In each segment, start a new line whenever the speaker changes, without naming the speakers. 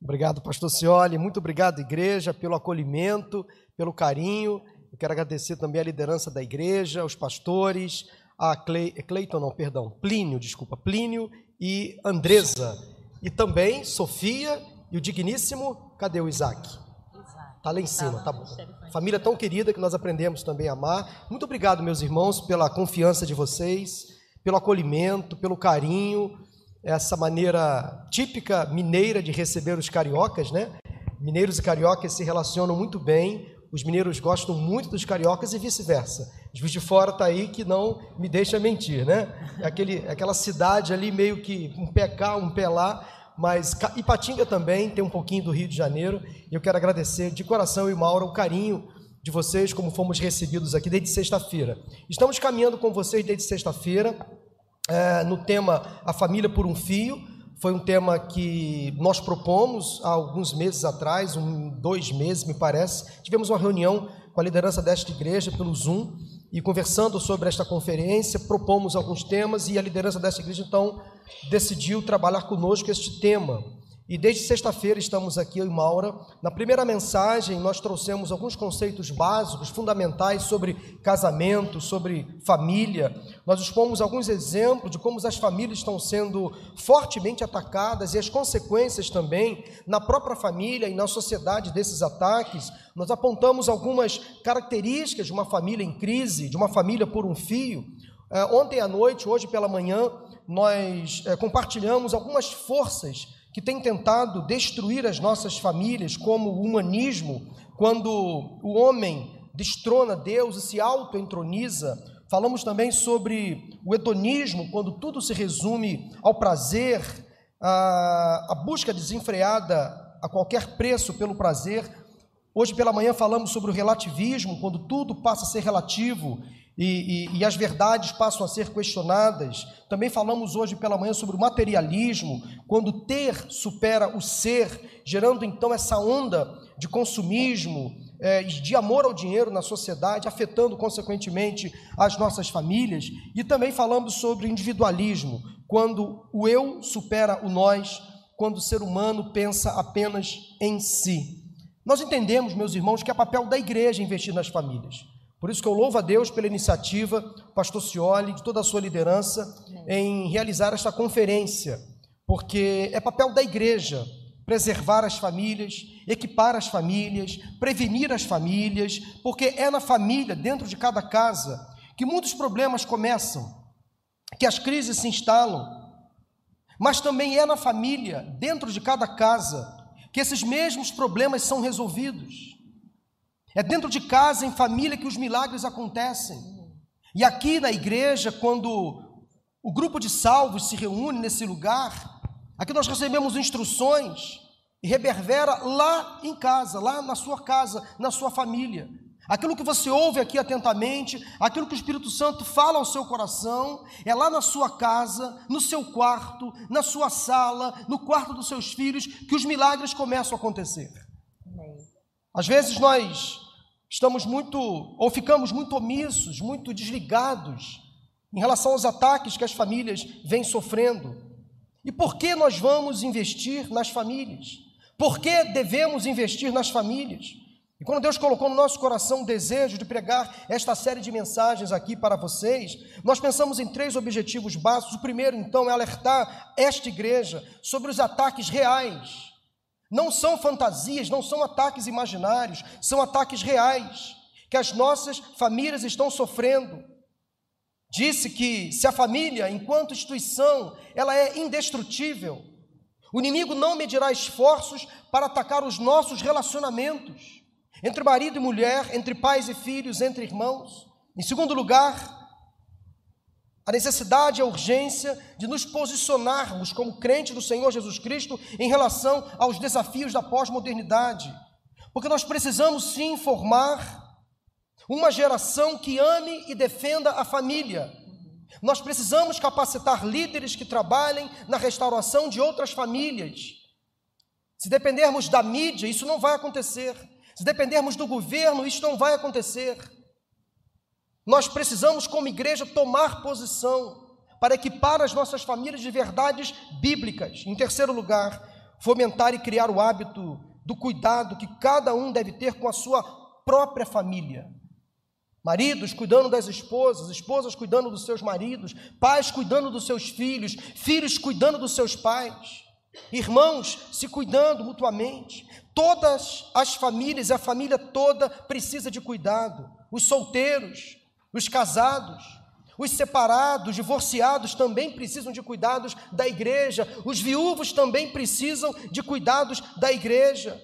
Obrigado, pastor Cioli. Muito obrigado, igreja, pelo acolhimento, pelo carinho. Eu quero agradecer também a liderança da igreja, os pastores, Plínio e Andresa. E também Sofia e o digníssimo, cadê o Isaac? Está lá em cima, tá bom. Família tão querida que nós aprendemos também a amar. Muito obrigado, meus irmãos, pela confiança de vocês, pelo acolhimento, pelo carinho, essa maneira típica mineira de receber os cariocas, né? Mineiros e cariocas se relacionam muito bem, os mineiros gostam muito dos cariocas e vice-versa. Juiz de Fora está aí que não me deixa mentir, né? Aquela cidade ali meio que um pé cá, um pé lá, mas Ipatinga também tem um pouquinho do Rio de Janeiro, e eu quero agradecer de coração, eu e Maura, o carinho de vocês, como fomos recebidos aqui desde sexta-feira. Estamos caminhando com vocês desde sexta-feira, no tema A Família por um Fio. Foi um tema que nós propomos há alguns meses atrás, 2 meses me parece. Tivemos uma reunião com a liderança desta igreja pelo Zoom, e conversando sobre esta conferência, propomos alguns temas, e a liderança desta igreja então decidiu trabalhar conosco este tema. E desde sexta-feira estamos aqui, eu e Maura. Na primeira mensagem nós trouxemos alguns conceitos básicos, fundamentais sobre casamento, sobre família. Nós expomos alguns exemplos de como as famílias estão sendo fortemente atacadas e as consequências também na própria família e na sociedade desses ataques. Nós apontamos algumas características de uma família em crise, de uma família por um fio. Ontem à noite, hoje pela manhã, nós compartilhamos algumas forças que tem tentado destruir as nossas famílias, como o humanismo, quando o homem destrona Deus e se auto-entroniza. Falamos também sobre o hedonismo, quando tudo se resume ao prazer, a busca desenfreada a qualquer preço pelo prazer. Hoje pela manhã falamos sobre o relativismo, quando tudo passa a ser relativo e as verdades passam a ser questionadas. Também falamos hoje pela manhã sobre o materialismo, quando ter supera o ser, gerando então essa onda de consumismo, de amor ao dinheiro na sociedade, afetando consequentemente as nossas famílias. E também falamos sobre o individualismo, quando o eu supera o nós, quando o ser humano pensa apenas em si. Nós entendemos, meus irmãos, que é papel da igreja investir nas famílias. Por isso que eu louvo a Deus pela iniciativa, pastor Cioli, de toda a sua liderança, em realizar esta conferência, porque é papel da igreja preservar as famílias, equipar as famílias, prevenir as famílias, porque é na família, dentro de cada casa, que muitos problemas começam, que as crises se instalam, mas também é na família, dentro de cada casa, que esses mesmos problemas são resolvidos. É dentro de casa, em família, que os milagres acontecem. E aqui na igreja, quando o grupo de salvos se reúne nesse lugar, aqui nós recebemos instruções e reverbera lá em casa, lá na sua casa, na sua família. Aquilo que você ouve aqui atentamente, aquilo que o Espírito Santo fala ao seu coração, é lá na sua casa, no seu quarto, na sua sala, no quarto dos seus filhos, que os milagres começam a acontecer. Às vezes nós ficamos muito omissos, muito desligados em relação aos ataques que as famílias vêm sofrendo. E por que nós vamos investir nas famílias? Por que devemos investir nas famílias? E quando Deus colocou no nosso coração o desejo de pregar esta série de mensagens aqui para vocês, nós pensamos em 3 objetivos básicos. O primeiro, então, é alertar esta igreja sobre os ataques reais. Não são fantasias, não são ataques imaginários, são ataques reais, que as nossas famílias estão sofrendo. Disse que se a família, enquanto instituição, ela é indestrutível, o inimigo não medirá esforços para atacar os nossos relacionamentos, entre marido e mulher, entre pais e filhos, entre irmãos. Em segundo lugar, a necessidade e a urgência de nos posicionarmos como crentes do Senhor Jesus Cristo em relação aos desafios da pós-modernidade, porque nós precisamos sim formar uma geração que ame e defenda a família. Nós precisamos capacitar líderes que trabalhem na restauração de outras famílias. Se dependermos da mídia, isso não vai acontecer. Se dependermos do governo, isso não vai acontecer. Nós precisamos, como igreja, tomar posição para equipar as nossas famílias de verdades bíblicas. Em terceiro lugar, fomentar e criar o hábito do cuidado que cada um deve ter com a sua própria família. Maridos cuidando das esposas, esposas cuidando dos seus maridos, pais cuidando dos seus filhos, filhos cuidando dos seus pais, irmãos se cuidando mutuamente. Todas as famílias, a família toda precisa de cuidado. Os solteiros, os casados, os separados, divorciados também precisam de cuidados da igreja. Os viúvos também precisam de cuidados da igreja.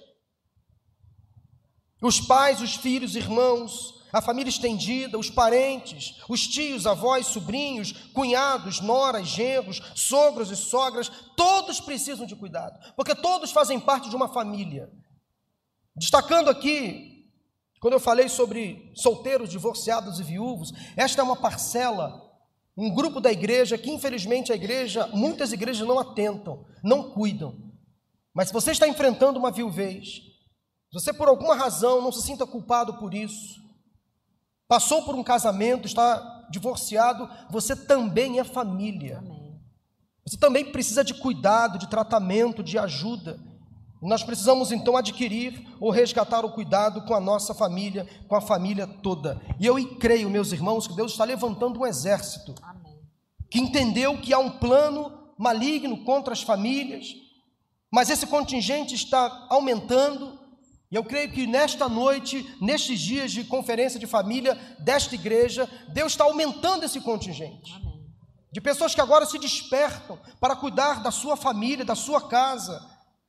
Os pais, os filhos, irmãos, a família estendida, os parentes, os tios, avós, sobrinhos, cunhados, noras, genros, sogros e sogras, todos precisam de cuidado, porque todos fazem parte de uma família. Destacando aqui, quando eu falei sobre solteiros, divorciados e viúvos, esta é uma parcela, um grupo da igreja que infelizmente muitas igrejas não atentam, não cuidam. Mas se você está enfrentando uma viuvez, se você por alguma razão não se sinta culpado por isso, passou por um casamento, está divorciado, você também é família. Amém. Você também precisa de cuidado, de tratamento, de ajuda. Nós precisamos então adquirir ou resgatar o cuidado com a nossa família, com a família toda. E eu creio, meus irmãos, que Deus está levantando um exército. Amém. Que entendeu que há um plano maligno contra as famílias, mas esse contingente está aumentando. E eu creio que nesta noite, nestes dias de conferência de família desta igreja, Deus está aumentando esse contingente. Amém. De pessoas que agora se despertam para cuidar da sua família, da sua casa.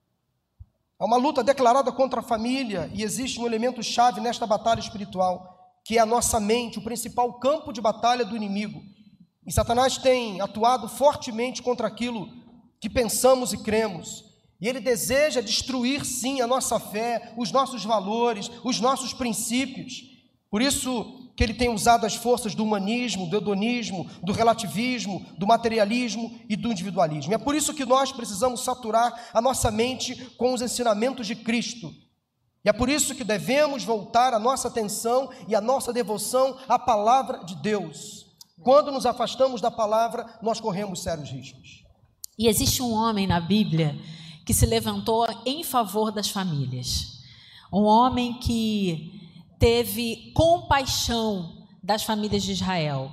Há uma luta declarada contra a família e existe um elemento chave nesta batalha espiritual, que é a nossa mente, o principal campo de batalha do inimigo. E Satanás tem atuado fortemente contra aquilo que pensamos e cremos. E ele deseja destruir, sim, a nossa fé, os nossos valores, os nossos princípios. Por isso que ele tem usado as forças do humanismo, do hedonismo, do relativismo, do materialismo e do individualismo. E é por isso que nós precisamos saturar a nossa mente com os ensinamentos de Cristo. E é por isso que devemos voltar a nossa atenção e a nossa devoção à palavra de Deus. Quando nos afastamos da palavra, nós corremos sérios riscos.
E existe um homem na Bíblia que se levantou em favor das famílias. Um homem que teve compaixão das famílias de Israel.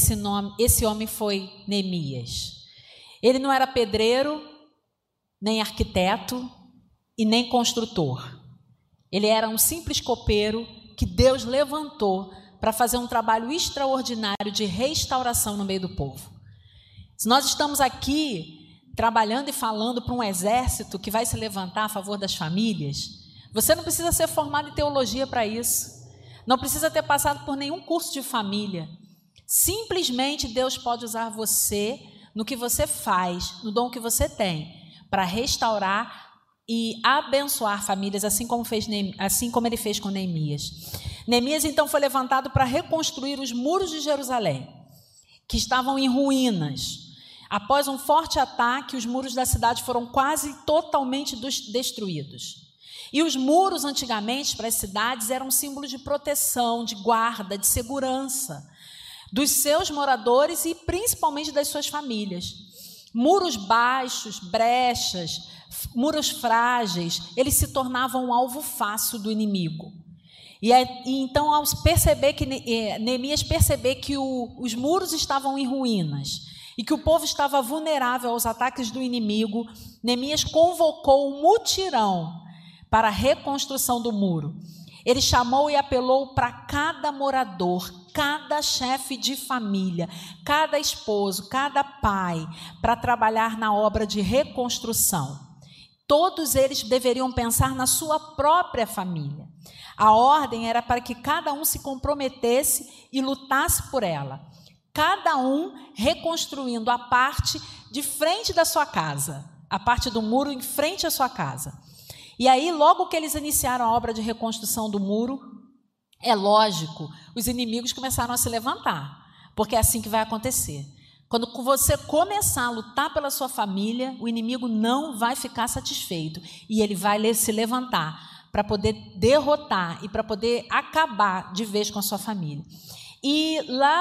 Esse homem foi Neemias. Ele não era pedreiro, nem arquiteto e nem construtor. Ele era um simples copeiro que Deus levantou para fazer um trabalho extraordinário de restauração no meio do povo. Se nós estamos aqui trabalhando e falando para um exército que vai se levantar a favor das famílias, você não precisa ser formado em teologia para isso, não precisa ter passado por nenhum curso de família. Simplesmente Deus pode usar você no que você faz, no dom que você tem, para restaurar e abençoar famílias, assim como ele fez com Neemias. Neemias então foi levantado para reconstruir os muros de Jerusalém, que estavam em ruínas. Após um forte ataque, os muros da cidade foram quase totalmente destruídos. E os muros, antigamente, para as cidades, eram símbolos de proteção, de guarda, de segurança dos seus moradores e principalmente das suas famílias. Muros baixos, brechas, muros frágeis, eles se tornavam um alvo fácil do inimigo. E então, ao perceber que Neemias perceber que os muros estavam em ruínas e que o povo estava vulnerável aos ataques do inimigo, Neemias convocou um mutirão para a reconstrução do muro. Ele chamou e apelou para cada morador, cada chefe de família, cada esposo, cada pai, para trabalhar na obra de reconstrução. Todos eles deveriam pensar na sua própria família. A ordem era para que cada um se comprometesse e lutasse por ela. Cada um reconstruindo a parte de frente da sua casa, a parte do muro em frente à sua casa. E aí, logo que eles iniciaram a obra de reconstrução do muro, é lógico, os inimigos começaram a se levantar, porque é assim que vai acontecer. Quando você começar a lutar pela sua família, o inimigo não vai ficar satisfeito e ele vai se levantar para poder derrotar e para poder acabar de vez com a sua família. E lá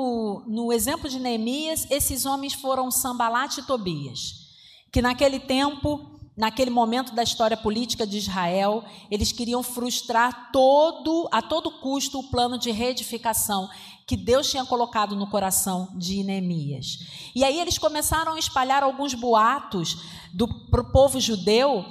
no exemplo de Neemias, esses homens foram Sambalate e Tobias, que naquele tempo naquele momento da história política de Israel, eles queriam frustrar a todo custo o plano de reedificação que Deus tinha colocado no coração de Neemias. E aí eles começaram a espalhar alguns boatos para o povo judeu,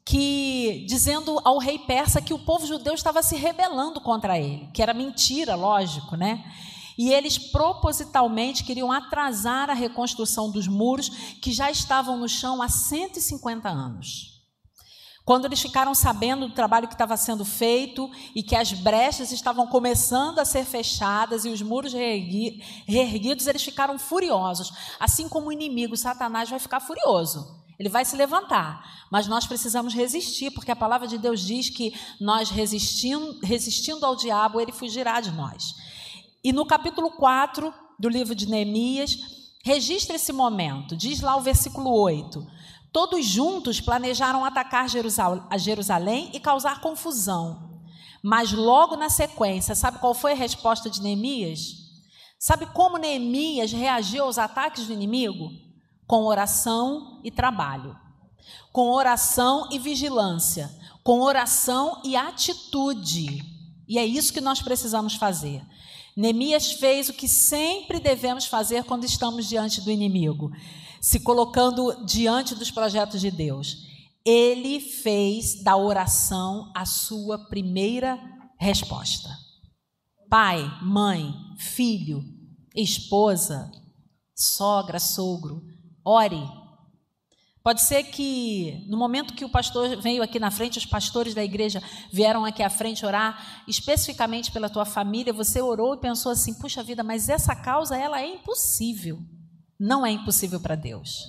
dizendo ao rei persa que o povo judeu estava se rebelando contra ele, que era mentira, lógico, né? E eles propositalmente queriam atrasar a reconstrução dos muros que já estavam no chão há 150 anos. Quando eles ficaram sabendo do trabalho que estava sendo feito e que as brechas estavam começando a ser fechadas e os muros reerguidos, eles ficaram furiosos. Assim como o inimigo, Satanás, vai ficar furioso. Ele vai se levantar, mas nós precisamos resistir, porque a palavra de Deus diz que nós resistindo ao diabo, ele fugirá de nós. E no capítulo 4 do livro de Neemias, registra esse momento, diz lá o versículo 8, todos juntos planejaram atacar Jerusalém e causar confusão, mas logo na sequência, sabe qual foi a resposta de Neemias? Sabe como Neemias reagiu aos ataques do inimigo? Com oração e trabalho, com oração e vigilância, com oração e atitude. E é isso que nós precisamos fazer. Neemias fez o que sempre devemos fazer quando estamos diante do inimigo, se colocando diante dos projetos de Deus. Ele fez da oração a sua primeira resposta. Pai, mãe, filho, esposa, sogra, sogro, ore. Pode ser que no momento que o pastor veio aqui na frente, os pastores da igreja vieram aqui à frente orar especificamente pela tua família, você orou e pensou assim, puxa vida, mas essa causa ela é impossível. Não é impossível para Deus.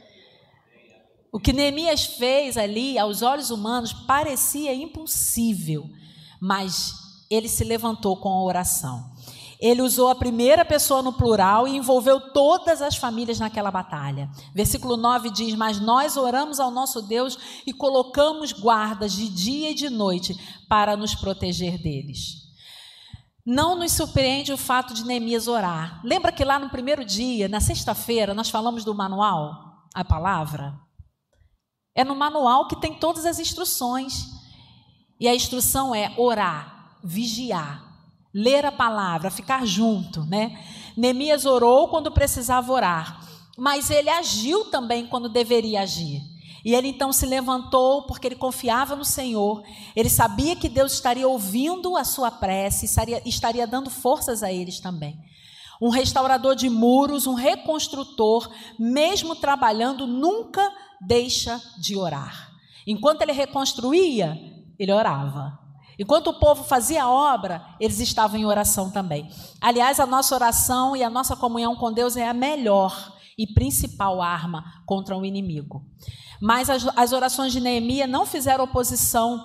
O que Neemias fez ali, aos olhos humanos, parecia impossível, mas ele se levantou com a oração. Ele usou a primeira pessoa no plural e envolveu todas as famílias naquela batalha. Versículo 9 diz, mas nós oramos ao nosso Deus e colocamos guardas de dia e de noite para nos proteger deles. Não nos surpreende o fato de Neemias orar. Lembra que lá no primeiro dia, na sexta-feira, nós falamos do manual, a palavra? É no manual que tem todas as instruções. E a instrução é orar, vigiar, ler a palavra, ficar junto, né? Neemias orou quando precisava orar, mas ele agiu também quando deveria agir. E ele então se levantou porque ele confiava no Senhor, ele sabia que Deus estaria ouvindo a sua prece, estaria dando forças a eles também. Um restaurador de muros, um reconstrutor, mesmo trabalhando, nunca deixa de orar. Enquanto ele reconstruía, ele orava. Enquanto o povo fazia a obra, eles estavam em oração também. Aliás, a nossa oração e a nossa comunhão com Deus é a melhor e principal arma contra o inimigo. Mas as orações de Neemias não fizeram oposição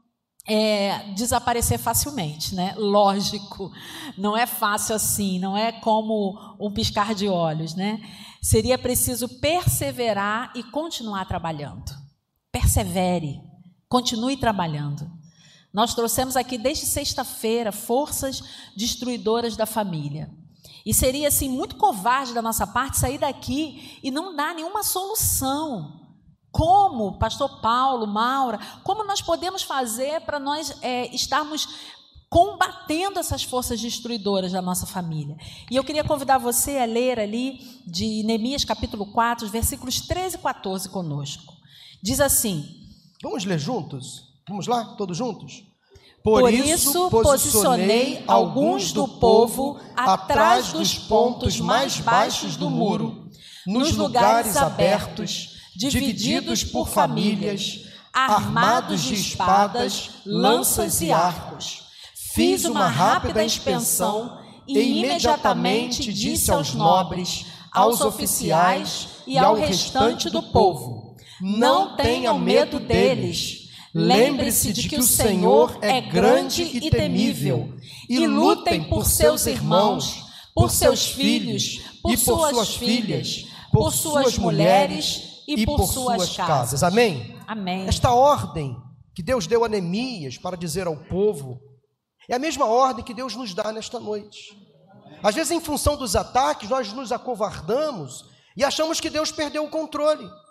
desaparecer facilmente, né? Lógico, não é fácil assim, não é como um piscar de olhos, né? Seria preciso perseverar e continuar trabalhando. Persevere, continue trabalhando. Nós trouxemos aqui desde sexta-feira forças destruidoras da família. E seria assim muito covarde da nossa parte sair daqui e não dar nenhuma solução. Como, pastor Paulo, Maura, como nós podemos fazer para nós estarmos combatendo essas forças destruidoras da nossa família? E eu queria convidar você a ler ali de Neemias capítulo 4, os versículos 13 e 14 conosco. Diz assim...
Vamos ler juntos? Vamos lá, todos juntos?
Por isso posicionei alguns do povo atrás dos pontos mais baixos do muro, nos lugares abertos, divididos por famílias, armados de espadas, lanças e arcos. Fiz uma rápida inspeção e imediatamente disse aos nobres, aos oficiais e ao restante do povo: não tenham medo deles. Lembre-se de que o Senhor é grande e temível, e lutem por seus irmãos, por seus filhos, por suas filhas, por suas mulheres e por suas casas.
Amém?
Amém.
Esta ordem que Deus deu a Neemias para dizer ao povo é a mesma ordem que Deus nos dá nesta noite. Às vezes, em função dos ataques, nós nos acovardamos e achamos que Deus perdeu o controle.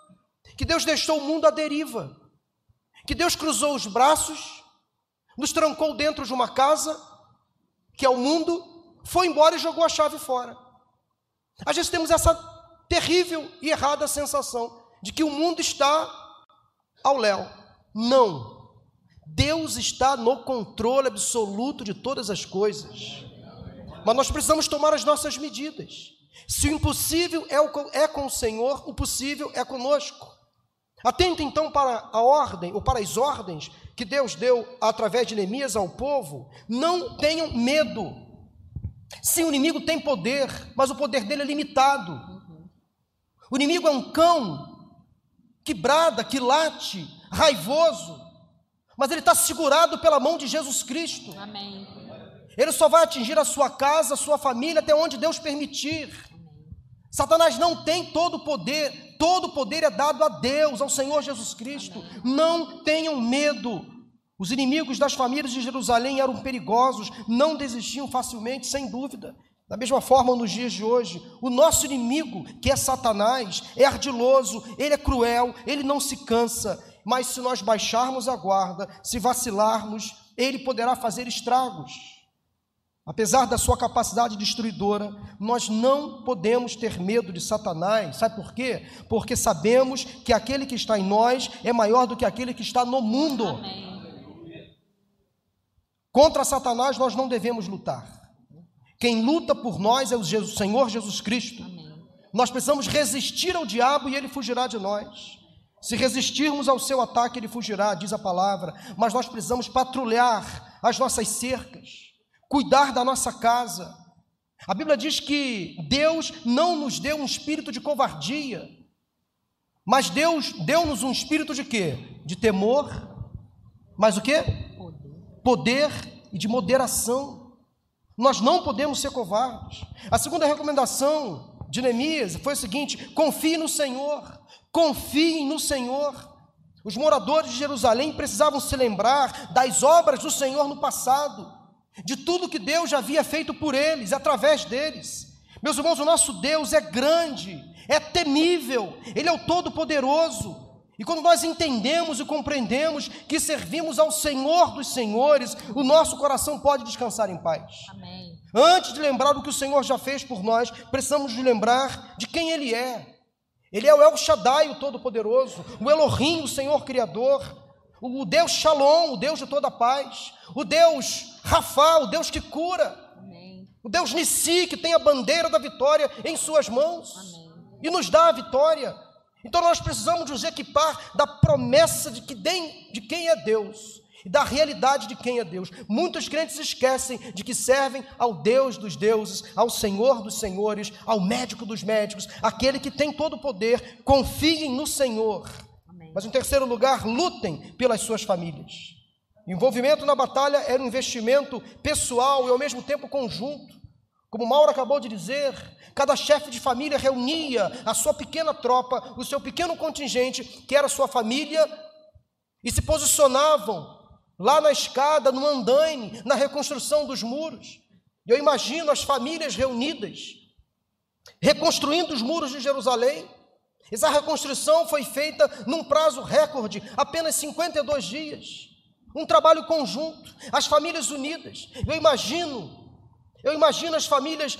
que Deus deixou o mundo à deriva, que Deus cruzou os braços, nos trancou dentro de uma casa, que é o mundo, foi embora e jogou a chave fora. Às vezes temos essa terrível e errada sensação de que o mundo está ao léu. Não. Deus está no controle absoluto de todas as coisas. Mas nós precisamos tomar as nossas medidas. Se o impossível é com o Senhor, o possível é conosco. Atenta então para a ordem, ou para as ordens que Deus deu através de Neemias ao povo. Não tenham medo. Sim, o inimigo tem poder, mas o poder dele é limitado. O inimigo é um cão que brada, que late, raivoso, mas ele está segurado pela mão de Jesus Cristo.
Amém.
Ele só vai atingir a sua casa, a sua família, até onde Deus permitir. Satanás não tem todo o poder é dado a Deus, ao Senhor Jesus Cristo. Amém. Não tenham medo. Os inimigos das famílias de Jerusalém eram perigosos, não desistiam facilmente, sem dúvida. Da mesma forma, nos dias de hoje, o nosso inimigo, que é Satanás, é ardiloso, ele é cruel, ele não se cansa, mas se nós baixarmos a guarda, se vacilarmos, ele poderá fazer estragos. Apesar da sua capacidade destruidora, nós não podemos ter medo de Satanás. Sabe por quê? Porque sabemos que aquele que está em nós é maior do que aquele que está no mundo.
Amém.
Contra Satanás nós não devemos lutar. Quem luta por nós é o Senhor Jesus Cristo.
Amém.
Nós precisamos resistir ao diabo e ele fugirá de nós. Se resistirmos ao seu ataque, ele fugirá, diz a palavra. Mas nós precisamos patrulhar as nossas cercas, cuidar da nossa casa. A Bíblia diz que Deus não nos deu um espírito de covardia, mas Deus deu-nos um espírito de quê? De temor, mas o quê? Poder e de moderação. Nós não podemos ser covardes. A segunda recomendação de Neemias foi o seguinte: confie no Senhor, confiem no Senhor. Os moradores de Jerusalém precisavam se lembrar das obras do Senhor no passado, de tudo que Deus já havia feito por eles, através deles. Meus irmãos, o nosso Deus é grande, é temível, Ele é o Todo-Poderoso. E quando nós entendemos e compreendemos que servimos ao Senhor dos Senhores, o nosso coração pode descansar em paz.
Amém.
Antes de lembrar do que o Senhor já fez por nós, precisamos de lembrar de quem Ele é. Ele é o El Shaddai, o Todo-Poderoso, o Elohim, o Senhor Criador, o Deus Shalom, o Deus de toda paz, o Deus Rafa, o Deus que cura,
Amém.
O Deus Nissi, que tem a bandeira da vitória em suas mãos.
Amém.
E nos dá a vitória. Então nós precisamos nos equipar da promessa de quem é Deus e da realidade de quem é Deus. Muitos crentes esquecem de que servem ao Deus dos deuses, ao Senhor dos senhores, ao médico dos médicos, aquele que tem todo o poder. Confiem no Senhor. Amém. Mas em terceiro lugar, lutem pelas suas famílias. O envolvimento na batalha era um investimento pessoal e ao mesmo tempo conjunto. Como Mauro acabou de dizer, cada chefe de família reunia a sua pequena tropa, o seu pequeno contingente, que era a sua família, e se posicionavam lá na escada, no andaime, na reconstrução dos muros. Eu imagino as famílias reunidas, reconstruindo os muros de Jerusalém. Essa reconstrução foi feita num prazo recorde, apenas 52 dias. Um trabalho conjunto, as famílias unidas. Eu imagino as famílias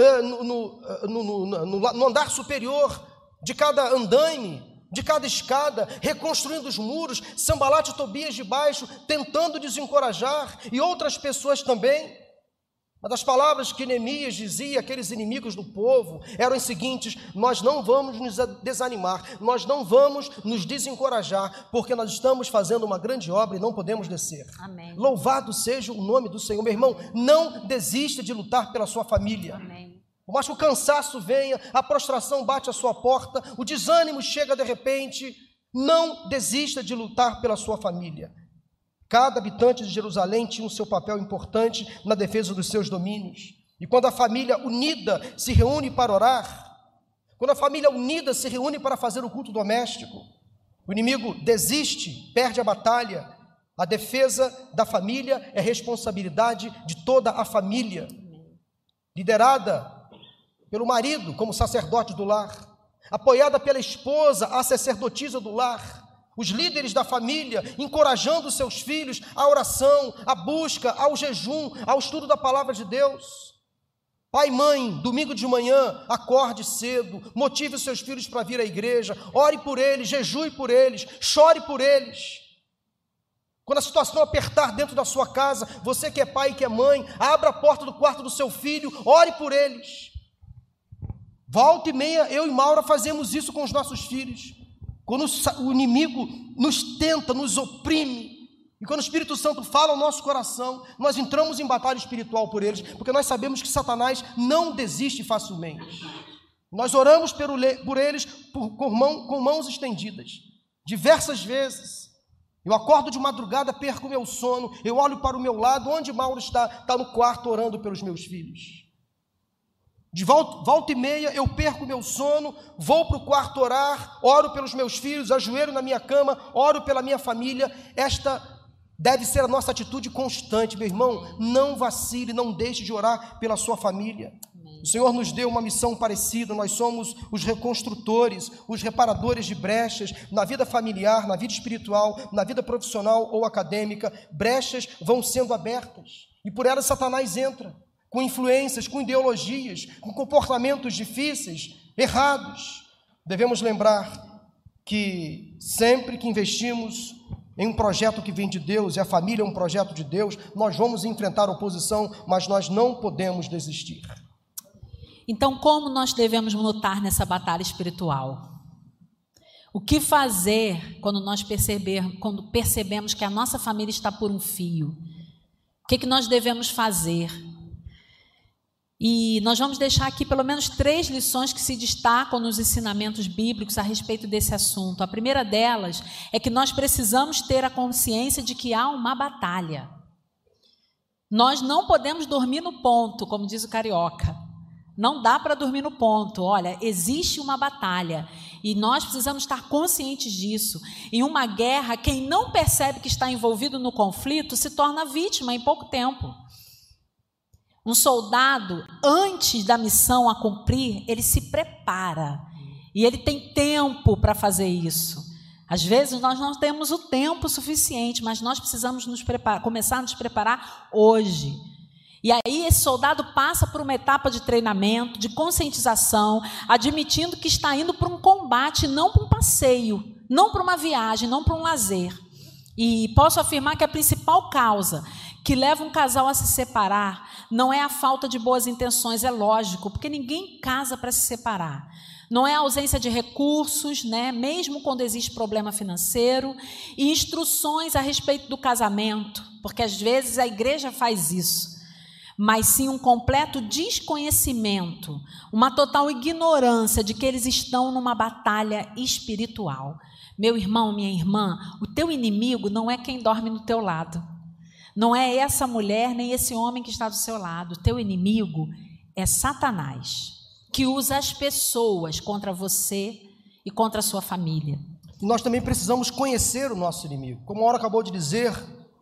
no andar superior de cada andaime, de cada escada, reconstruindo os muros, Sanbalat e Tobias de baixo, tentando desencorajar, e outras pessoas também. Mas as palavras que Neemias dizia àqueles inimigos do povo eram as seguintes: nós não vamos nos desanimar, nós não vamos nos desencorajar, porque nós estamos fazendo uma grande obra e não podemos descer.
Amém.
Louvado seja o nome do Senhor. Meu irmão, não desista de lutar pela sua família.
Amém.
Por mais que o cansaço venha, a prostração bate à sua porta, o desânimo chega de repente, não desista de lutar pela sua família. Cada habitante de Jerusalém tinha o seu papel importante na defesa dos seus domínios. E quando a família unida se reúne para orar, quando a família unida se reúne para fazer o culto doméstico, o inimigo desiste, perde a batalha. A defesa da família é responsabilidade de toda a família, liderada pelo marido como sacerdote do lar. apoiada pela esposa, a sacerdotisa do lar, os líderes da família, encorajando seus filhos à oração, à busca, ao jejum, ao estudo da palavra de Deus. Pai e mãe, domingo de manhã, acorde cedo, motive os seus filhos para vir à igreja, ore por eles, jejue por eles, chore por eles. Quando a situação apertar dentro da sua casa, você que é pai e que é mãe, abra a porta do quarto do seu filho, ore por eles. Volta e meia, eu e Maura fazemos isso com os nossos filhos. Quando o inimigo nos tenta, nos oprime, e quando o Espírito Santo fala ao nosso coração, nós entramos em batalha espiritual por eles, porque nós sabemos que Satanás não desiste facilmente. Nós oramos por eles com mãos estendidas, diversas vezes. Eu acordo de madrugada, perco o meu sono, eu olho para o meu lado, onde Mauro está? Está no quarto orando pelos meus filhos. De volta e meia eu perco o meu sono, vou para o quarto orar, oro pelos meus filhos, ajoelho na minha cama, oro pela minha família. Esta deve ser a nossa atitude constante, meu irmão. Não vacile, não deixe de orar pela sua família. O Senhor nos deu uma missão parecida. Nós somos os reconstrutores, os reparadores de brechas na vida familiar, na vida espiritual, na vida profissional ou acadêmica. Brechas vão sendo abertas e por elas Satanás entra, com influências, com ideologias, com comportamentos difíceis, errados. Devemos lembrar que sempre que investimos em um projeto que vem de Deus, e a família é um projeto de Deus, nós vamos enfrentar oposição, mas nós não podemos desistir.
Então, como nós devemos lutar nessa batalha espiritual? O que fazer quando percebemos que a nossa família está por um fio? O que nós devemos fazer? E nós vamos deixar aqui pelo menos 3 lições que se destacam nos ensinamentos bíblicos a respeito desse assunto. A primeira delas é que nós precisamos ter a consciência de que há uma batalha. Nós não podemos dormir no ponto, como diz o carioca. Não dá para dormir no ponto. Olha, existe uma batalha e nós precisamos estar conscientes disso. Em uma guerra, quem não percebe que está envolvido no conflito se torna vítima em pouco tempo. Um soldado, antes da missão a cumprir, ele se prepara e ele tem tempo para fazer isso. Às vezes nós não temos o tempo suficiente, mas nós precisamos começar a nos preparar hoje. E aí esse soldado passa por uma etapa de treinamento, de conscientização, admitindo que está indo para um combate, não para um passeio, não para uma viagem, não para um lazer. E posso afirmar que a principal causa que leva um casal a se separar não é a falta de boas intenções, é lógico, porque ninguém casa para se separar. Não é a ausência de recursos, né? Mesmo quando existe problema financeiro, e instruções a respeito do casamento, porque às vezes a igreja faz isso, mas sim um completo desconhecimento, uma total ignorância de que eles estão numa batalha espiritual. Meu irmão, minha irmã, o teu inimigo não é quem dorme no teu lado. Não é essa mulher nem esse homem que está do seu lado. O teu inimigo é Satanás, que usa as pessoas contra você e contra a sua família.
E nós também precisamos conhecer o nosso inimigo. Como a Maura acabou de dizer,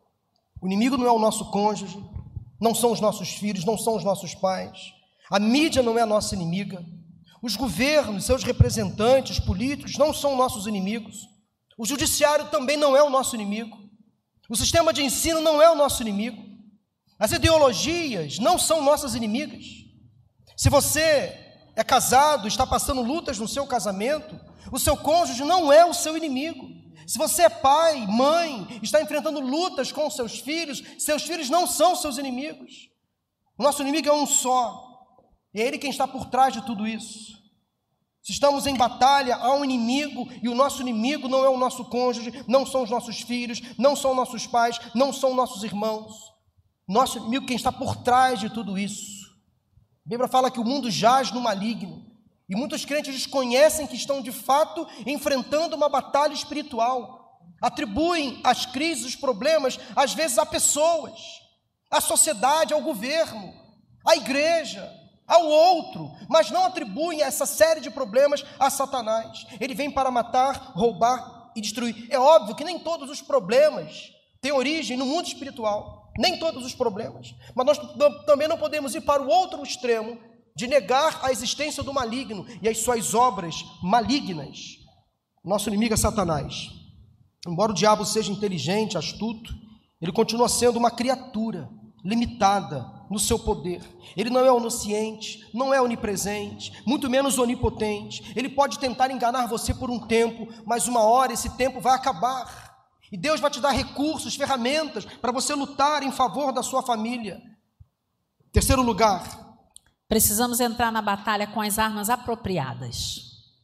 o inimigo não é o nosso cônjuge, não são os nossos filhos, não são os nossos pais. A mídia não é a nossa inimiga. Os governos, seus representantes políticos não são nossos inimigos. O judiciário também não é o nosso inimigo. O sistema de ensino não é o nosso inimigo. As ideologias não são nossas inimigas. Se você é casado, está passando lutas no seu casamento, o seu cônjuge não é o seu inimigo. Se você é pai, mãe, está enfrentando lutas com seus filhos não são seus inimigos. O nosso inimigo é um só. E é ele quem está por trás de tudo isso. Se estamos em batalha, há um inimigo, e o nosso inimigo não é o nosso cônjuge, não são os nossos filhos, não são nossos pais, não são nossos irmãos. Nosso inimigo é quem está por trás de tudo isso. A Bíblia fala que o mundo jaz no maligno, e muitos crentes desconhecem que estão de fato enfrentando uma batalha espiritual. Atribuem as crises, os problemas, às vezes a pessoas, à sociedade, ao governo, à igreja, ao outro, mas não atribuem essa série de problemas a Satanás. Ele vem para matar, roubar e destruir. É óbvio que nem todos os problemas têm origem no mundo espiritual, nem todos os problemas, mas nós também não podemos ir para o outro extremo de negar a existência do maligno e as suas obras malignas. Nosso inimigo é Satanás. Embora o diabo seja inteligente, astuto, ele continua sendo uma criatura limitada no seu poder. Ele não é onisciente, não é onipresente, muito menos onipotente. Ele pode tentar enganar você por um tempo, mas uma hora esse tempo vai acabar. E Deus vai te dar recursos, ferramentas para você lutar em favor da sua família. Terceiro lugar,
precisamos entrar na batalha com as armas apropriadas.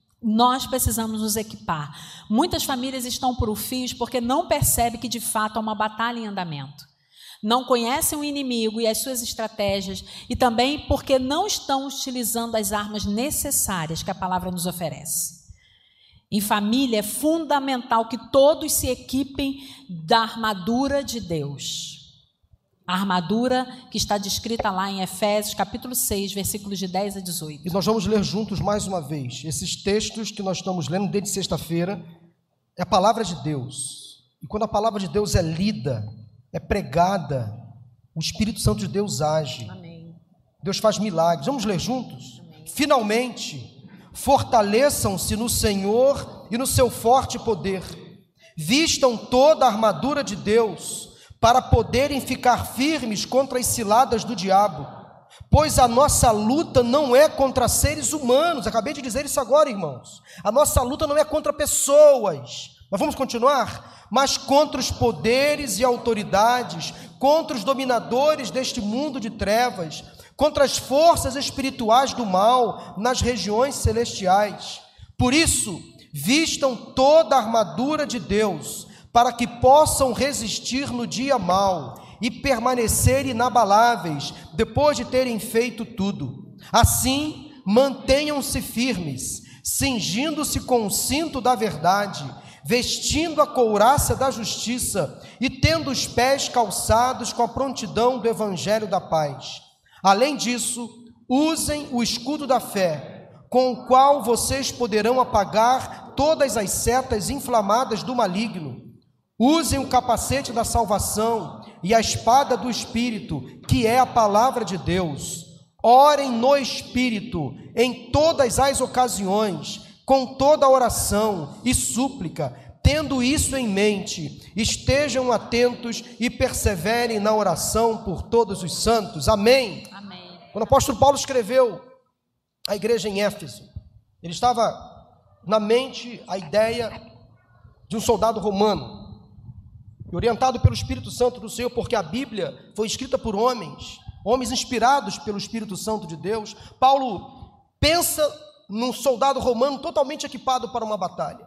Nós precisamos nos equipar. Muitas famílias estão por fios porque não percebem que de fato há uma batalha em andamento. Não conhecem o inimigo e as suas estratégias e também porque não estão utilizando as armas necessárias que a palavra nos oferece. Em família é fundamental que todos se equipem da armadura de Deus. A armadura que está descrita lá em Efésios, capítulo 6, versículos de 10 a 18.
E nós vamos ler juntos mais uma vez. Esses textos que nós estamos lendo desde sexta-feira é a palavra de Deus. E quando a palavra de Deus é lida, é pregada, o Espírito Santo de Deus age.
Amém.
Deus faz milagres. Vamos ler juntos? Amém. Finalmente, fortaleçam-se no Senhor e no seu forte poder. Vistam toda a armadura de Deus, para poderem ficar firmes contra as ciladas do diabo, pois a nossa luta não é contra seres humanos. Acabei de dizer isso agora, irmãos. A nossa luta não é contra pessoas. Mas vamos continuar? Mas contra os poderes e autoridades, contra os dominadores deste mundo de trevas, contra as forças espirituais do mal nas regiões celestiais. Por isso, vistam toda a armadura de Deus, para que possam resistir no dia mau e permanecer inabaláveis depois de terem feito tudo. Assim, mantenham-se firmes, cingindo-se com o cinto da verdade, vestindo a couraça da justiça e tendo os pés calçados com a prontidão do evangelho da paz. Além disso, usem o escudo da fé, com o qual vocês poderão apagar todas as setas inflamadas do maligno. Usem o capacete da salvação e a espada do Espírito, que é a palavra de Deus. Orem no Espírito em todas as ocasiões, com toda oração e súplica. Tendo isso em mente, estejam atentos e perseverem na oração por todos os santos. Amém?
Amém.
Quando o apóstolo Paulo escreveu à igreja em Éfeso, ele estava na mente a ideia de um soldado romano, orientado pelo Espírito Santo do Senhor, porque a Bíblia foi escrita por homens inspirados pelo Espírito Santo de Deus. Paulo pensa num soldado romano totalmente equipado para uma batalha.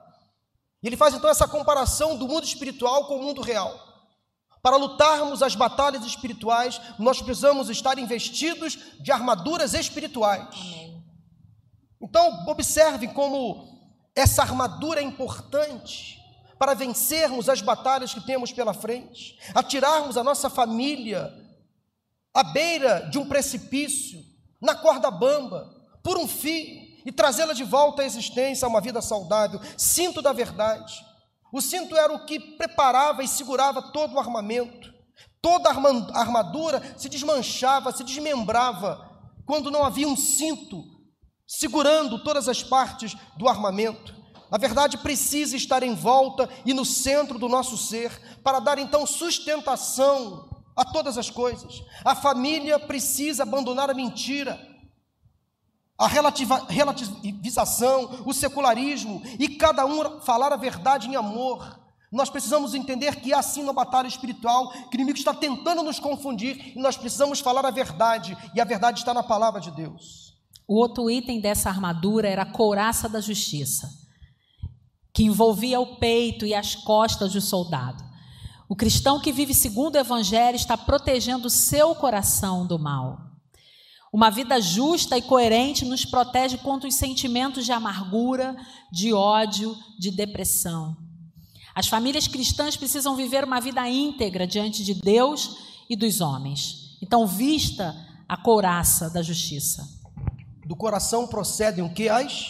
E ele faz então essa comparação do mundo espiritual com o mundo real. Para lutarmos as batalhas espirituais, nós precisamos estar investidos de armaduras espirituais.
Amém.
Então, observe como essa armadura é importante para vencermos as batalhas que temos pela frente, atirarmos a nossa família à beira de um precipício, na corda bamba, por um fio, e trazê-la de volta à existência, a uma vida saudável. Cinto da verdade. O cinto era o que preparava e segurava todo o armamento. Toda a armadura se desmanchava, se desmembrava, quando não havia um cinto segurando todas as partes do armamento. A verdade precisa estar em volta e no centro do nosso ser, para dar então sustentação a todas as coisas. A família precisa abandonar a mentira, a relativização, o secularismo, e cada um falar a verdade em amor. Nós precisamos entender que há sim uma batalha espiritual, que o inimigo está tentando nos confundir, e nós precisamos falar a verdade, e a verdade está na palavra de Deus.
O outro item dessa armadura era a couraça da justiça, que envolvia o peito e as costas do soldado. O cristão que vive segundo o Evangelho está protegendo o seu coração do mal. Uma vida justa e coerente nos protege contra os sentimentos de amargura, de ódio, de depressão. As famílias cristãs precisam viver uma vida íntegra diante de Deus e dos homens. Então, vista a couraça da justiça.
Do coração procedem o que? As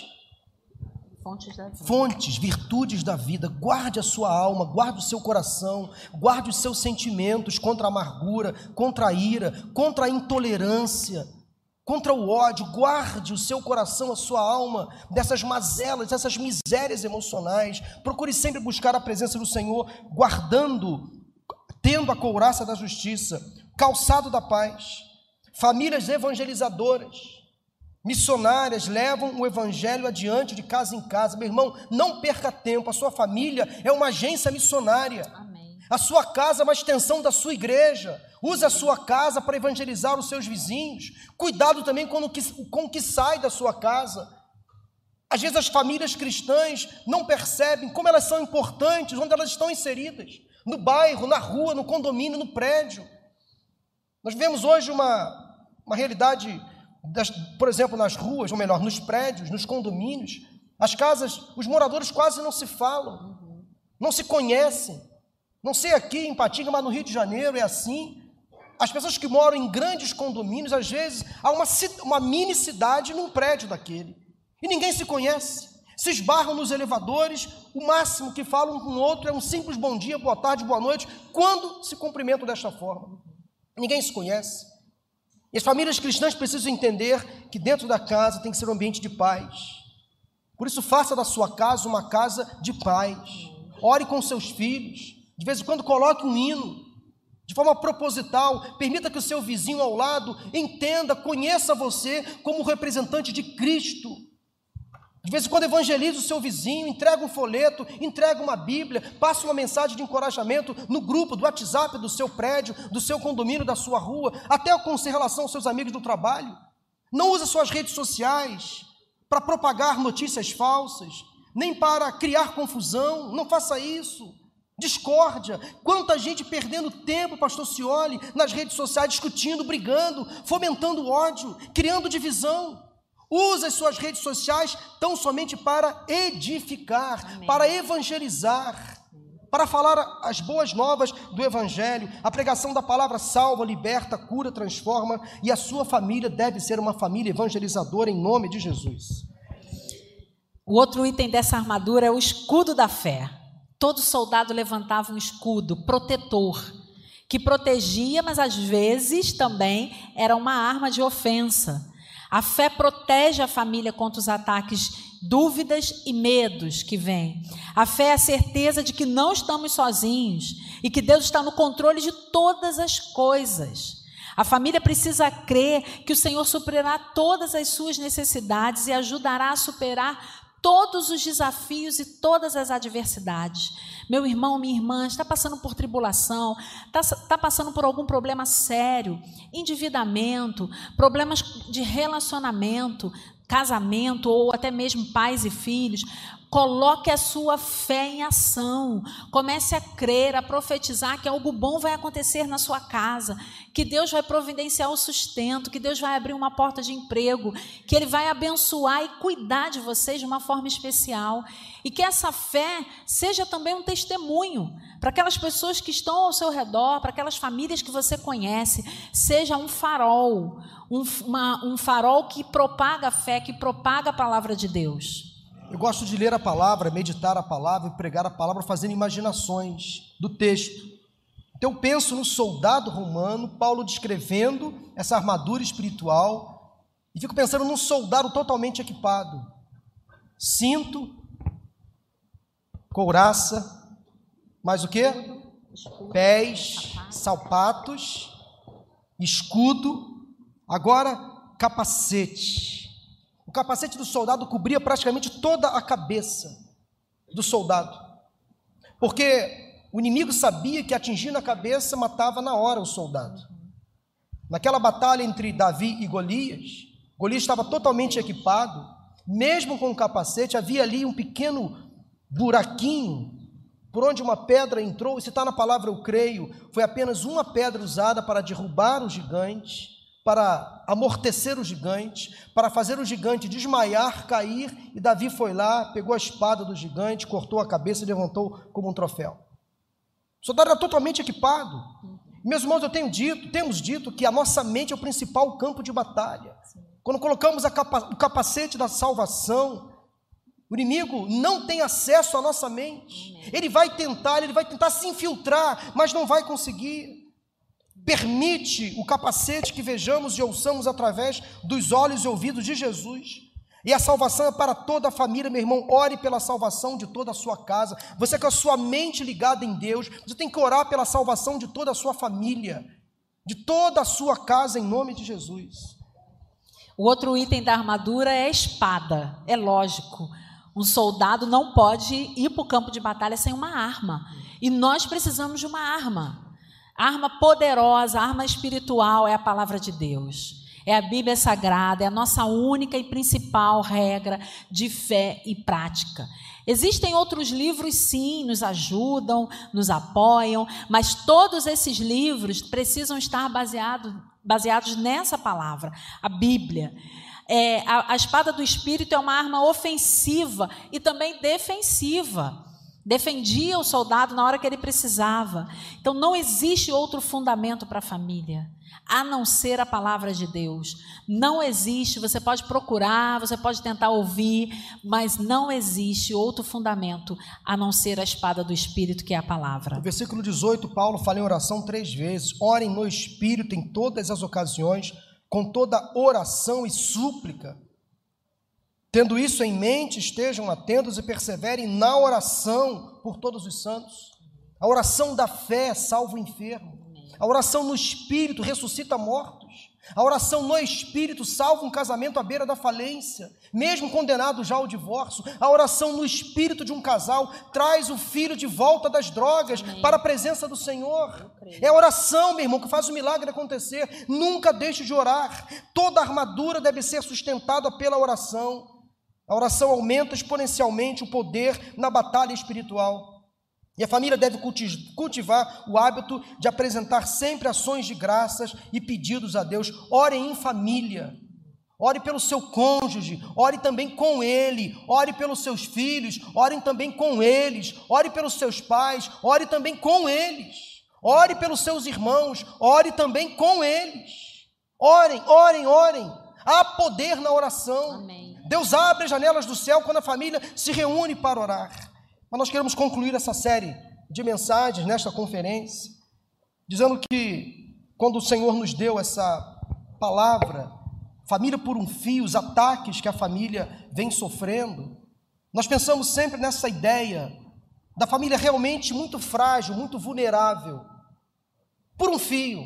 fontes, virtudes da vida. Guarde a sua alma, guarde o seu coração, guarde os seus sentimentos contra a amargura, contra a ira, contra a intolerância. contra o ódio, guarde o seu coração, a sua alma, dessas mazelas, dessas misérias emocionais. Procure sempre buscar a presença do Senhor, guardando, tendo a couraça da justiça, calçado da paz. Famílias evangelizadoras, missionárias, levam o evangelho adiante de casa em casa. Meu irmão, não perca tempo, a sua família é uma agência missionária.
Amém.
A sua casa é uma extensão da sua igreja. Use a sua casa para evangelizar os seus vizinhos. Cuidado também com o que sai da sua casa. Às vezes as famílias cristãs não percebem como elas são importantes, onde elas estão inseridas. No bairro, na rua, no condomínio, no prédio. Nós vivemos hoje uma realidade, por exemplo, nas ruas, ou melhor, nos prédios, nos condomínios. As casas, os moradores quase não se falam, não se conhecem. Não sei aqui em Patinga, mas no Rio de Janeiro é assim. As pessoas que moram em grandes condomínios, às vezes, há uma mini cidade num prédio daquele. E ninguém se conhece. Se esbarram nos elevadores, o máximo que falam um com o outro é um simples bom dia, boa tarde, boa noite, quando se cumprimentam desta forma. Ninguém se conhece. E as famílias cristãs precisam entender que dentro da casa tem que ser um ambiente de paz. Por isso, faça da sua casa uma casa de paz. Ore com seus filhos. De vez em quando coloque um hino. De forma proposital, permita que o seu vizinho ao lado entenda, conheça você como representante de Cristo. De vez em quando evangelize o seu vizinho, entrega um folheto, entrega uma Bíblia, passe uma mensagem de encorajamento no grupo do WhatsApp do seu prédio, do seu condomínio, da sua rua, até com relação aos seus amigos do trabalho. Não use suas redes sociais para propagar notícias falsas, nem para criar confusão, não faça isso. Discórdia, quanta gente perdendo tempo, pastor Cioli, nas redes sociais, discutindo, brigando, fomentando ódio, criando divisão. Use as suas redes sociais tão somente para edificar, amém, para evangelizar, para falar as boas novas do evangelho. A pregação da palavra salva, liberta, cura, transforma, e a sua família deve ser uma família evangelizadora em nome de Jesus.
O outro item dessa armadura é o escudo da fé. Todo soldado levantava um escudo protetor, que protegia, mas às vezes também era uma arma de ofensa. A fé protege a família contra os ataques, dúvidas e medos que vêm. A fé é a certeza de que não estamos sozinhos e que Deus está no controle de todas as coisas. A família precisa crer que o Senhor suprirá todas as suas necessidades e ajudará a superar todos os desafios e todas as adversidades. Meu irmão, minha irmã, está passando por tribulação, está passando por algum problema sério, endividamento, problemas de relacionamento, casamento ou até mesmo pais e filhos. Coloque a sua fé em ação, comece a crer, a profetizar que algo bom vai acontecer na sua casa, que Deus vai providenciar o sustento, que Deus vai abrir uma porta de emprego, que Ele vai abençoar e cuidar de vocês de uma forma especial, e que essa fé seja também um testemunho para aquelas pessoas que estão ao seu redor, para aquelas famílias que você conhece, seja um farol, um farol que propaga a fé, que propaga a palavra de Deus.
Eu gosto de ler a palavra, meditar a palavra e pregar a palavra fazendo imaginações do texto. Então eu penso no soldado romano, Paulo descrevendo essa armadura espiritual, e fico pensando num soldado totalmente equipado. Cinto, couraça, mais o quê? Pés, sapatos, escudo, agora capacete. O capacete do soldado cobria praticamente toda a cabeça do soldado, porque o inimigo sabia que atingindo a cabeça matava na hora o soldado. Naquela batalha entre Davi e Golias, Golias estava totalmente equipado, mesmo com o capacete, havia ali um pequeno buraquinho por onde uma pedra entrou, e se está na palavra eu creio, foi apenas uma pedra usada para derrubar o gigante, para amortecer o gigante, para fazer o gigante desmaiar, cair, e Davi foi lá, pegou a espada do gigante, cortou a cabeça e levantou como um troféu. O soldado era totalmente equipado. Meus irmãos, temos dito que a nossa mente é o principal campo de batalha. Quando colocamos o capacete da salvação, o inimigo não tem acesso à nossa mente. Ele vai tentar se infiltrar, mas não vai conseguir. permite o capacete que vejamos e ouçamos através dos olhos e ouvidos de Jesus. E a salvação é para toda a família, meu irmão. Ore pela salvação de toda a sua casa. Você com a sua mente ligada em Deus, você tem que orar pela salvação de toda a sua família, de toda a sua casa, em nome de Jesus.
O outro item da armadura é a espada. É lógico, um soldado não pode ir para o campo de batalha sem uma arma. E nós precisamos de uma arma. Arma poderosa, arma espiritual é a palavra de Deus. É a Bíblia Sagrada, é a nossa única e principal regra de fé e prática. Existem outros livros, sim, nos ajudam, nos apoiam, mas todos esses livros precisam estar baseados nessa palavra, a Bíblia. A espada do Espírito é uma arma ofensiva e também defensiva. Defendia o soldado na hora que ele precisava. Então, não existe outro fundamento para a família, a não ser a palavra de Deus. Não existe, você pode procurar, você pode tentar ouvir, mas não existe outro fundamento, a não ser a espada do Espírito, que é a palavra.
No versículo 18, Paulo fala em oração 3 vezes. Orem no Espírito em todas as ocasiões, com toda oração e súplica. Tendo isso em mente, estejam atentos e perseverem na oração por todos os santos. A oração da fé salva o enfermo. A oração no Espírito ressuscita mortos. A oração no Espírito salva um casamento à beira da falência, mesmo condenado já ao divórcio. A oração no Espírito de um casal traz o filho de volta das drogas para a presença do Senhor. É a oração, meu irmão, que faz o milagre acontecer. Nunca deixe de orar. Toda armadura deve ser sustentada pela oração. A oração aumenta exponencialmente o poder na batalha espiritual. E a família deve cultivar o hábito de apresentar sempre ações de graças e pedidos a Deus. Ore em família. Ore pelo seu cônjuge, ore também com ele, ore pelos seus filhos, orem também com eles, ore pelos seus pais, ore também com eles. Ore pelos seus irmãos, ore também com eles. Orem, orem, orem. Há poder na oração.
Amém.
Deus abre as janelas do céu quando a família se reúne para orar. Mas nós queremos concluir essa série de mensagens nesta conferência, dizendo que quando o Senhor nos deu essa palavra, família por um fio, os ataques que a família vem sofrendo, nós pensamos sempre nessa ideia da família realmente muito frágil, muito vulnerável, por um fio.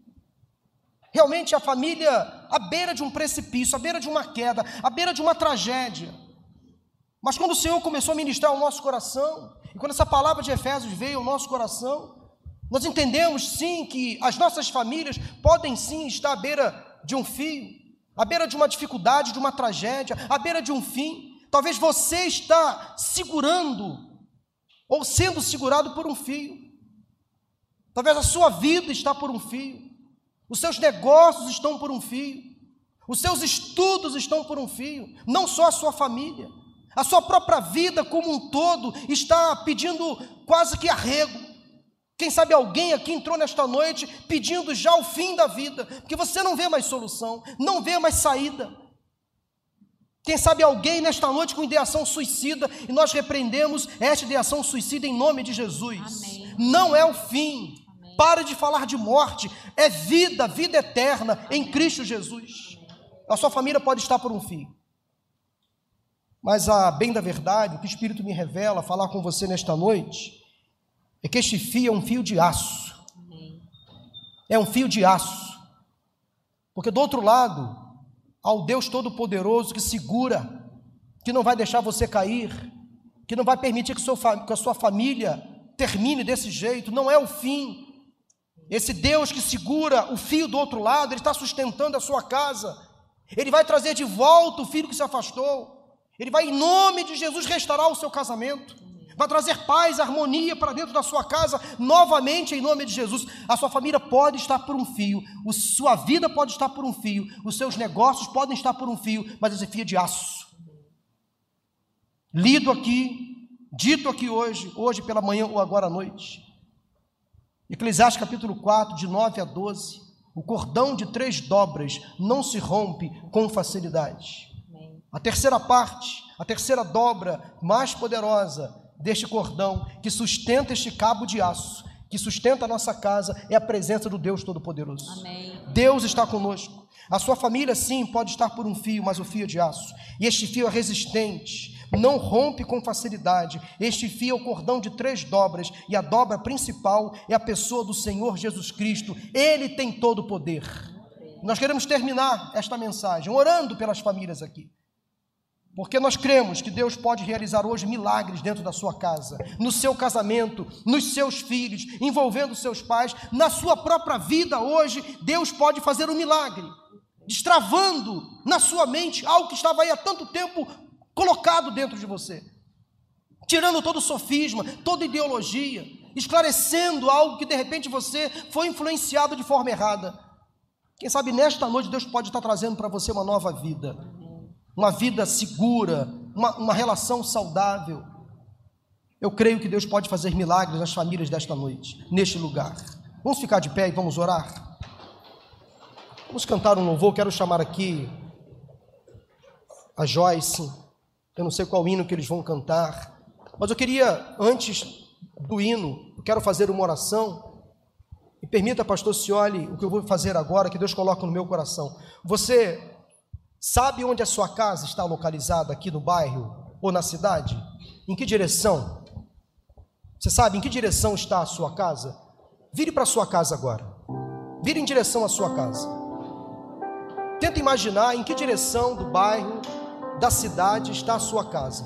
Realmente a família à beira de um precipício, à beira de uma queda, à beira de uma tragédia. Mas quando o Senhor começou a ministrar o nosso coração, e quando essa palavra de Efésios veio ao nosso coração, nós entendemos sim que as nossas famílias podem sim estar à beira de um fio, à beira de uma dificuldade, de uma tragédia, à beira de um fim. Talvez você está segurando ou sendo segurado por um fio. Talvez a sua vida está por um fio. Os seus negócios estão por um fio. Os seus estudos estão por um fio. Não só a sua família. A sua própria vida como um todo está pedindo quase que arrego. Quem sabe alguém aqui entrou nesta noite pedindo já o fim da vida, porque você não vê mais solução, não vê mais saída. Quem sabe alguém nesta noite com ideação suicida, e nós repreendemos esta ideação suicida em nome de Jesus.
Amém.
Não é o fim. Amém. Pare de falar de morte, é vida, vida eterna. Amém. Em Cristo Jesus. Amém. A sua família pode estar por um fio. Mas a bem da verdade, o que o Espírito me revela, falar com você nesta noite, é que este fio é um fio de aço. Amém. É um fio de aço. Porque do outro lado, há o Deus Todo-Poderoso que segura, que não vai deixar você cair, que não vai permitir que a sua família termine desse jeito. Não é o fim. Esse Deus que segura o fio do outro lado, Ele está sustentando a sua casa. Ele vai trazer de volta o filho que se afastou. Ele vai, em nome de Jesus, restaurar o seu casamento. Vai trazer paz, harmonia para dentro da sua casa, novamente, em nome de Jesus. A sua família pode estar por um fio, a sua vida pode estar por um fio, os seus negócios podem estar por um fio, mas esse fio é de aço. Lido aqui, dito aqui hoje pela manhã ou agora à noite. Eclesiastes capítulo 4, de 9 a 12. O cordão de 3 dobras não se rompe com facilidade. A terceira parte, a terceira dobra mais poderosa deste cordão, que sustenta este cabo de aço, que sustenta a nossa casa é a presença do Deus Todo-Poderoso.
Amém.
Deus está conosco. A sua família, sim, pode estar por um fio, mas o fio é de aço. E este fio é resistente, não rompe com facilidade. Este fio é o cordão de 3 dobras, e a dobra principal é a pessoa do Senhor Jesus Cristo. Ele tem todo o poder. Nós queremos terminar esta mensagem orando pelas famílias aqui, porque nós cremos que Deus pode realizar hoje milagres dentro da sua casa, no seu casamento, nos seus filhos, envolvendo seus pais, na sua própria vida hoje. Deus pode fazer um milagre, destravando na sua mente algo que estava aí há tanto tempo colocado dentro de você, tirando todo sofisma, toda ideologia, esclarecendo algo que de repente você foi influenciado de forma errada. Quem sabe nesta noite Deus pode estar trazendo para você uma nova vida, uma vida segura, uma relação saudável. Eu creio que Deus pode fazer milagres nas famílias desta noite, neste lugar. Vamos ficar de pé e vamos orar? Vamos cantar um louvor. Quero chamar aqui a Joyce. Eu não sei qual hino que eles vão cantar, mas eu queria, antes do hino, eu quero fazer uma oração. E permita, pastor Cioli, o que eu vou fazer agora, que Deus coloca no meu coração. Você sabe onde a sua casa está localizada aqui no bairro ou na cidade? Em que direção? Você sabe em que direção está a sua casa? Vire para a sua casa agora. Vire em direção à sua casa. Tenta imaginar em que direção do bairro, da cidade está a sua casa.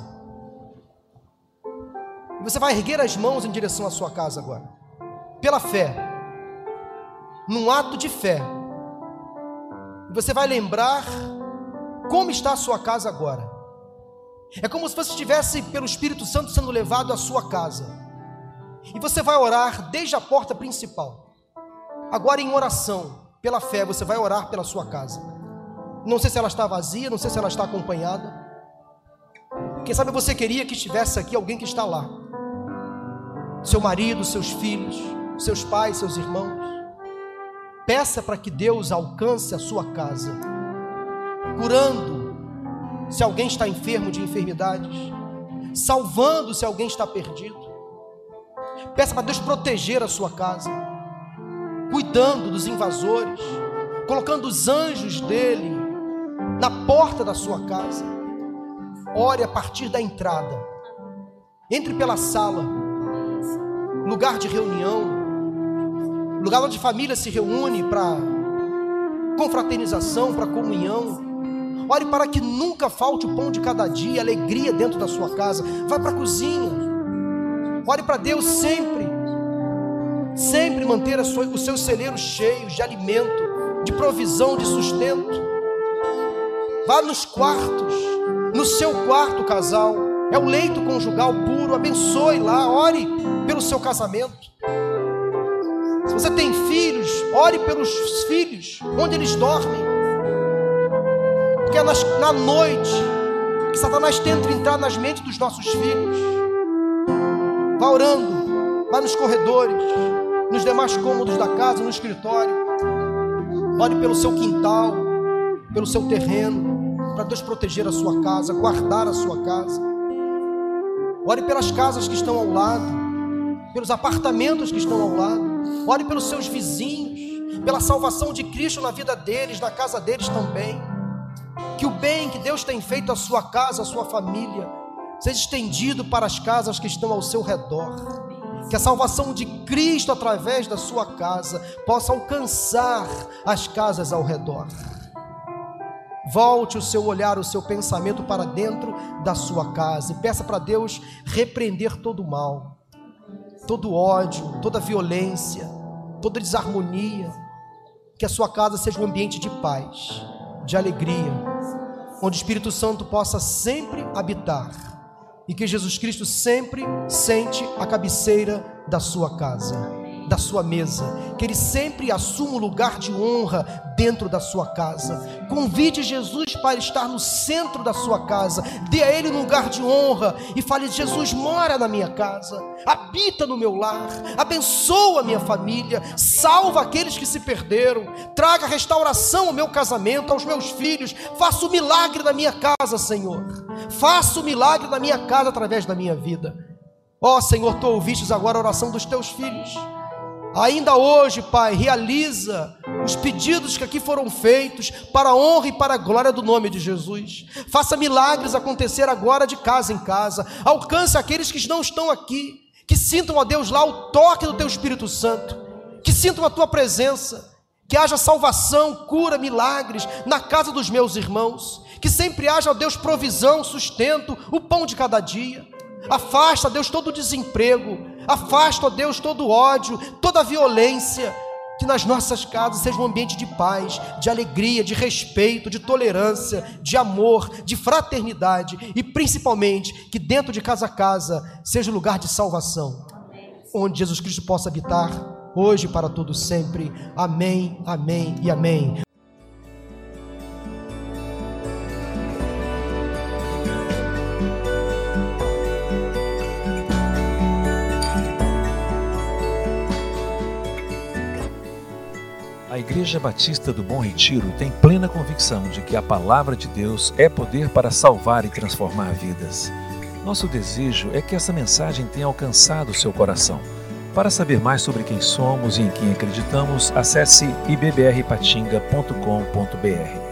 E você vai erguer as mãos em direção à sua casa agora. Pela fé. Num ato de fé. E você vai lembrar como está a sua casa agora. É como se você estivesse pelo Espírito Santo sendo levado à sua casa. E você vai orar desde a porta principal. Agora em oração, pela fé, você vai orar pela sua casa. Não sei se ela está vazia, não sei se ela está acompanhada. Quem sabe você queria que estivesse aqui alguém que está lá. Seu marido, seus filhos, seus pais, seus irmãos. Peça para que Deus alcance a sua casa, curando se alguém está enfermo de enfermidades, salvando se alguém está perdido. Peça para Deus proteger a sua casa, cuidando dos invasores, colocando os anjos dele na porta da sua casa. Ore a partir da entrada. Entre pela sala, lugar de reunião, lugar onde a família se reúne para confraternização, para comunhão. Ore para que nunca falte o pão de cada dia, alegria dentro da sua casa. Vai para a cozinha. Ore para Deus sempre manter os seus celeiros cheios de alimento, de provisão, de sustento. Vá nos quartos, no seu quarto, casal, é o leito conjugal puro, abençoe lá, ore pelo seu casamento. Se você tem filhos, ore pelos filhos, onde eles dormem, porque é na noite que Satanás tenta entrar nas mentes dos nossos filhos. Vá orando, vá nos corredores, nos demais cômodos da casa, no escritório. Ore pelo seu quintal, pelo seu terreno, para Deus proteger a sua casa, guardar a sua casa. Ore pelas casas que estão ao lado, pelos apartamentos que estão ao lado. Ore pelos seus vizinhos, pela salvação de Cristo na vida deles, na casa deles também. Que o bem que Deus tem feito à sua casa, à sua família, seja estendido para as casas que estão ao seu redor. Que a salvação de Cristo através da sua casa possa alcançar as casas ao redor. Volte o seu olhar, o seu pensamento para dentro da sua casa e peça para Deus repreender todo o mal, todo ódio, toda violência, toda desarmonia. Que a sua casa seja um ambiente de paz, de alegria, onde o Espírito Santo possa sempre habitar e que Jesus Cristo sempre sente a cabeceira da sua casa, da sua mesa, que Ele sempre assuma um lugar de honra dentro da sua casa. Convide Jesus para estar no centro da sua casa, dê a Ele um lugar de honra e fale: Jesus, mora na minha casa, habita no meu lar, abençoa a minha família, salva aqueles que se perderam, traga restauração ao meu casamento, aos meus filhos, faça o milagre na minha casa, Senhor, faça o milagre na minha casa através da minha vida. Ó Senhor, Tu ouvistes agora a oração dos Teus filhos, Ainda hoje, Pai, realiza os pedidos que aqui foram feitos para a honra e para a glória do nome de Jesus. Faça milagres acontecer agora de casa em casa. Alcance aqueles que não estão aqui, que sintam, ó Deus, lá o toque do Teu Espírito Santo, que sintam a Tua presença, que haja salvação, cura, milagres na casa dos meus irmãos, que sempre haja, ó Deus, provisão, sustento, o pão de cada dia. Afasta, ó Deus, todo o desemprego, afasta, ó Deus, todo o ódio, toda a violência. Que nas nossas casas seja um ambiente de paz, de alegria, de respeito, de tolerância, de amor, de fraternidade e principalmente que dentro de casa a casa seja um lugar de salvação, onde Jesus Cristo possa habitar hoje e para todo sempre. Amém, amém e amém.
A Igreja Batista do Bom Retiro tem plena convicção de que a Palavra de Deus é poder para salvar e transformar vidas. Nosso desejo é que essa mensagem tenha alcançado o seu coração. Para saber mais sobre quem somos e em quem acreditamos, acesse ibbrpatinga.com.br.